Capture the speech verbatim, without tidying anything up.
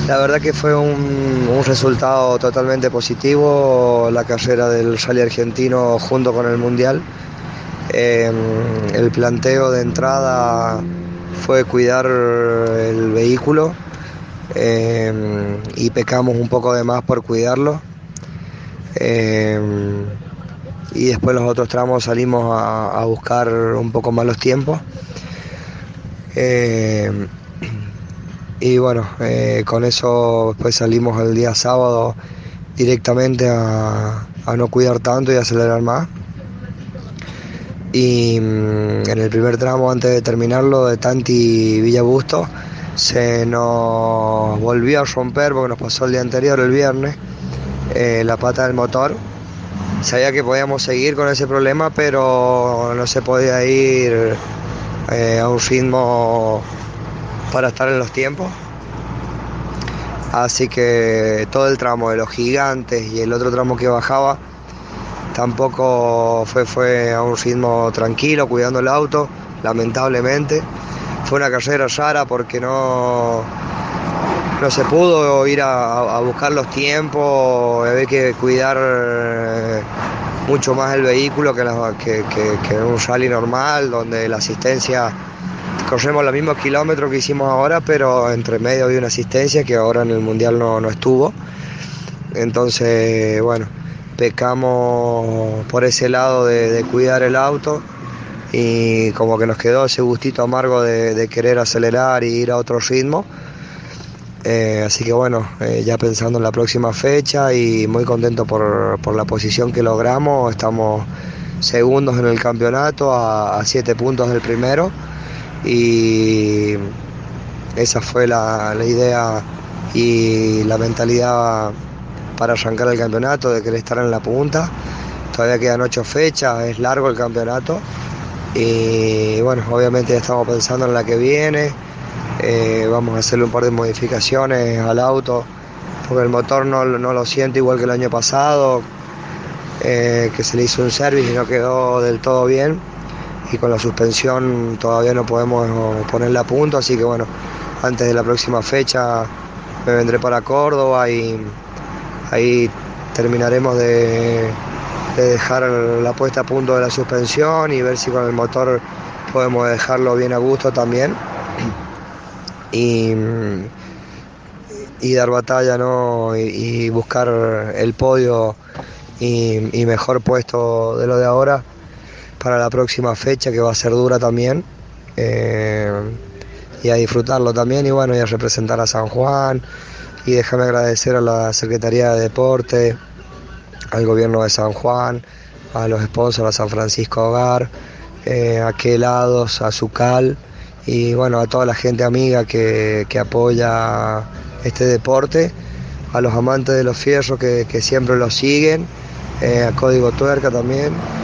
La verdad que fue un, un resultado totalmente positivo la carrera del Rally Argentino junto con el Mundial. Eh, el planteo de entrada fue cuidar el vehículo eh, y pecamos un poco de más por cuidarlo. Eh, y después los otros tramos salimos a, a buscar un poco más los tiempos. Eh, y bueno, eh, con eso después salimos el día sábado directamente a, a no cuidar tanto y acelerar más. Y mmm, en el primer tramo, antes de terminarlo, de Tanti Villa Busto, se nos volvió a romper, porque nos pasó el día anterior, el viernes, eh, la pata del motor. Sabía que podíamos seguir con ese problema, pero no se podía ir eh, a un ritmo para estar en los tiempos. Así que todo el tramo de los Gigantes y el otro tramo que bajaba tampoco fue, fue a un ritmo tranquilo, cuidando el auto, lamentablemente. Fue una carrera rara porque no, no se pudo ir a, a buscar los tiempos, había que cuidar eh, mucho más el vehículo que, la, que, que, que en un rally normal, donde la asistencia, corremos los mismos kilómetros que hicimos ahora, pero entre medio había una asistencia que ahora en el Mundial no, no estuvo. Entonces, bueno, pecamos por ese lado de, de cuidar el auto y como que nos quedó ese gustito amargo de, de querer acelerar y ir a otro ritmo. Eh, así que bueno, eh, ya pensando en la próxima fecha y muy contento por, por la posición que logramos. Estamos segundos en el campeonato a, a siete puntos del primero y esa fue la, la idea y la mentalidad para arrancar el campeonato, de querer estar en la punta. Todavía quedan ocho fechas, es largo el campeonato y bueno, obviamente ya estamos pensando en la que viene. Eh, vamos a hacerle un par de modificaciones al auto porque el motor no, no lo siente igual que el año pasado, eh, que se le hizo un service y no quedó del todo bien, y con la suspensión todavía no podemos ponerla a punto, así que bueno, antes de la próxima fecha me vendré para Córdoba y ahí terminaremos de, de dejar la puesta a punto de la suspensión y ver si con el motor podemos dejarlo bien a gusto también y, y dar batalla, ¿no? y, y buscar el podio y, y mejor puesto de lo de ahora para la próxima fecha, que va a ser dura también, eh, y a disfrutarlo también y bueno, y a representar a San Juan. Y déjame agradecer a la Secretaría de Deporte, al gobierno de San Juan, a los sponsors, a San Francisco Hogar, eh, a Quelados, a Zucal y bueno, a toda la gente amiga que, que apoya este deporte, a los amantes de los fierros que, que siempre lo siguen, eh, a Código Tuerca también.